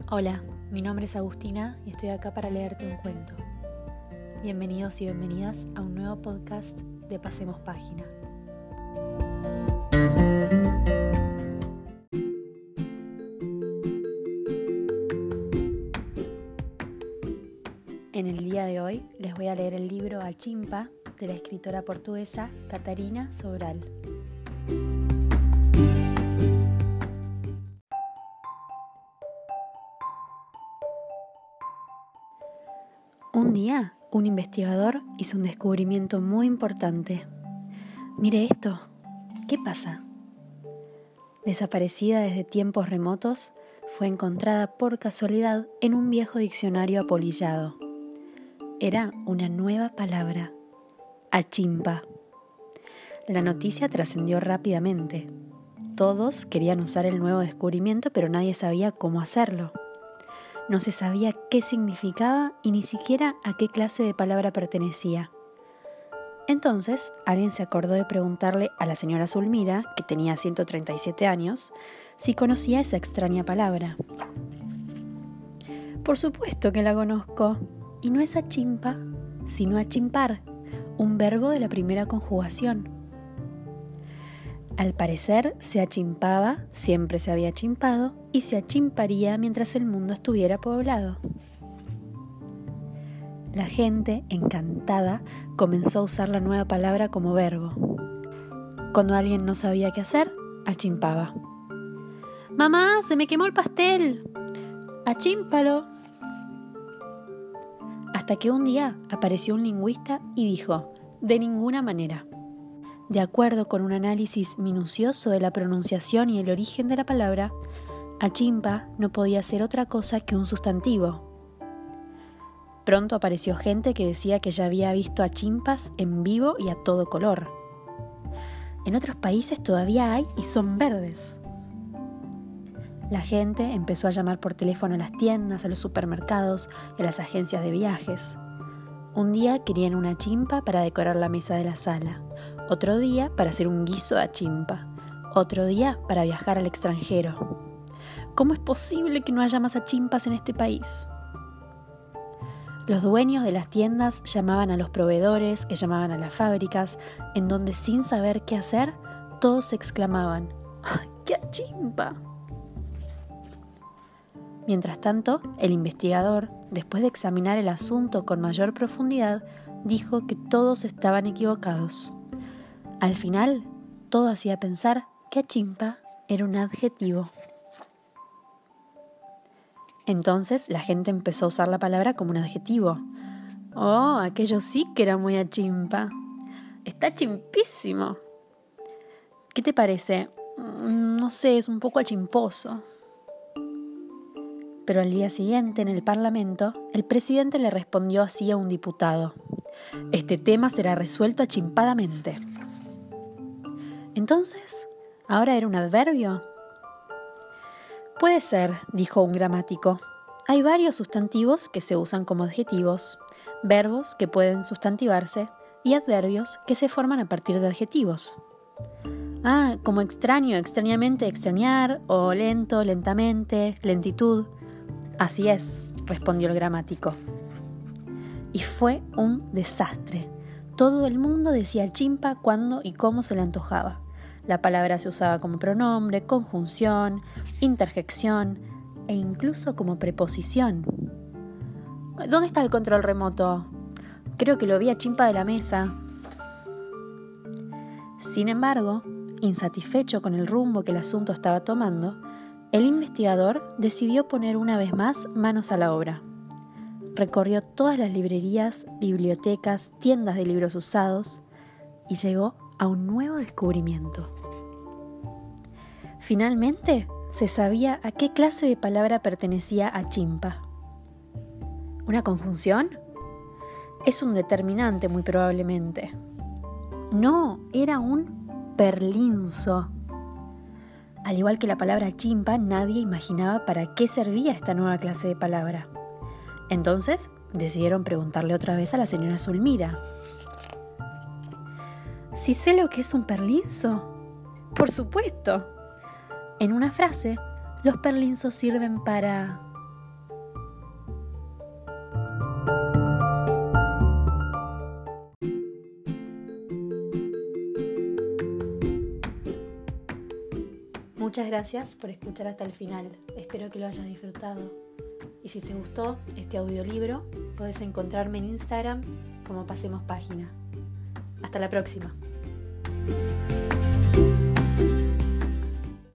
Hola, mi nombre es Agustina y estoy acá para leerte un cuento. Bienvenidos y bienvenidas a un nuevo podcast de Pasemos Página. En el día de hoy les voy a leer el libro A Chimpa de la escritora portuguesa Catarina Sobral. Un día, un investigador hizo un descubrimiento muy importante. Mire esto, ¿qué pasa? Desaparecida desde tiempos remotos, fue encontrada por casualidad en un viejo diccionario apolillado. Era una nueva palabra, achimpa. La noticia trascendió rápidamente. Todos querían usar el nuevo descubrimiento, pero nadie sabía cómo hacerlo. No se sabía qué significaba y ni siquiera a qué clase de palabra pertenecía. Entonces, alguien se acordó de preguntarle a la señora Zulmira, que tenía 137 años, si conocía esa extraña palabra. Por supuesto que la conozco, y no es achimpa, sino achimpar, un verbo de la primera conjugación. Al parecer, se achimpaba, siempre se había achimpado, y se achimparía mientras el mundo estuviera poblado. La gente, encantada, comenzó a usar la nueva palabra como verbo. Cuando alguien no sabía qué hacer, achimpaba. ¡Mamá, se me quemó el pastel! ¡Achímpalo! Hasta que un día apareció un lingüista y dijo, de ninguna manera. De acuerdo con un análisis minucioso de la pronunciación y el origen de la palabra, achimpa no podía ser otra cosa que un sustantivo. Pronto apareció gente que decía que ya había visto achimpas en vivo y a todo color. En otros países todavía hay y son verdes. La gente empezó a llamar por teléfono a las tiendas, a los supermercados y a las agencias de viajes. Un día querían una achimpa para decorar la mesa de la sala. Otro día para hacer un guiso de achimpa. Otro día para viajar al extranjero. ¿Cómo es posible que no haya más achimpas en este país? Los dueños de las tiendas llamaban a los proveedores, que llamaban a las fábricas, en donde sin saber qué hacer, todos exclamaban ¡ay, qué achimpa! Mientras tanto, el investigador, después de examinar el asunto con mayor profundidad, dijo que todos estaban equivocados. Al final, todo hacía pensar que achimpa era un adjetivo. Entonces, la gente empezó a usar la palabra como un adjetivo. ¡Oh, aquello sí que era muy achimpa! ¡Está chimpísimo! ¿Qué te parece? No sé, es un poco achimposo. Pero al día siguiente, en el Parlamento, el presidente le respondió así a un diputado. Este tema será resuelto achimpadamente. Entonces, ¿ahora era un adverbio? Puede ser, dijo un gramático. Hay varios sustantivos que se usan como adjetivos, verbos que pueden sustantivarse y adverbios que se forman a partir de adjetivos. Ah, como extraño, extrañamente, extrañar, o lento, lentamente, lentitud. Así es, respondió el gramático. Y fue un desastre. Todo el mundo decía achimpa cuando y cómo se le antojaba. La palabra se usaba como pronombre, conjunción, interjección e incluso como preposición. ¿Dónde está el control remoto? Creo que lo vi achimpa de la mesa. Sin embargo, insatisfecho con el rumbo que el asunto estaba tomando, el investigador decidió poner una vez más manos a la obra. Recorrió todas las librerías, bibliotecas, tiendas de libros usados y llegó a un nuevo descubrimiento. Finalmente, se sabía a qué clase de palabra pertenecía achimpa. ¿Una conjunción? Es un determinante, muy probablemente. No, era un perlinzo. Al igual que la palabra achimpa, nadie imaginaba para qué servía esta nueva clase de palabra. Entonces, decidieron preguntarle otra vez a la señora Zulmira. ¿Sí sé lo que es un perlinzo? ¡Por supuesto! En una frase, los perlinzos sirven para Muchas gracias por escuchar hasta el final, espero que lo hayas disfrutado. Y si te gustó este audiolibro, podés encontrarme en Instagram como Pasemos Página. Hasta la próxima.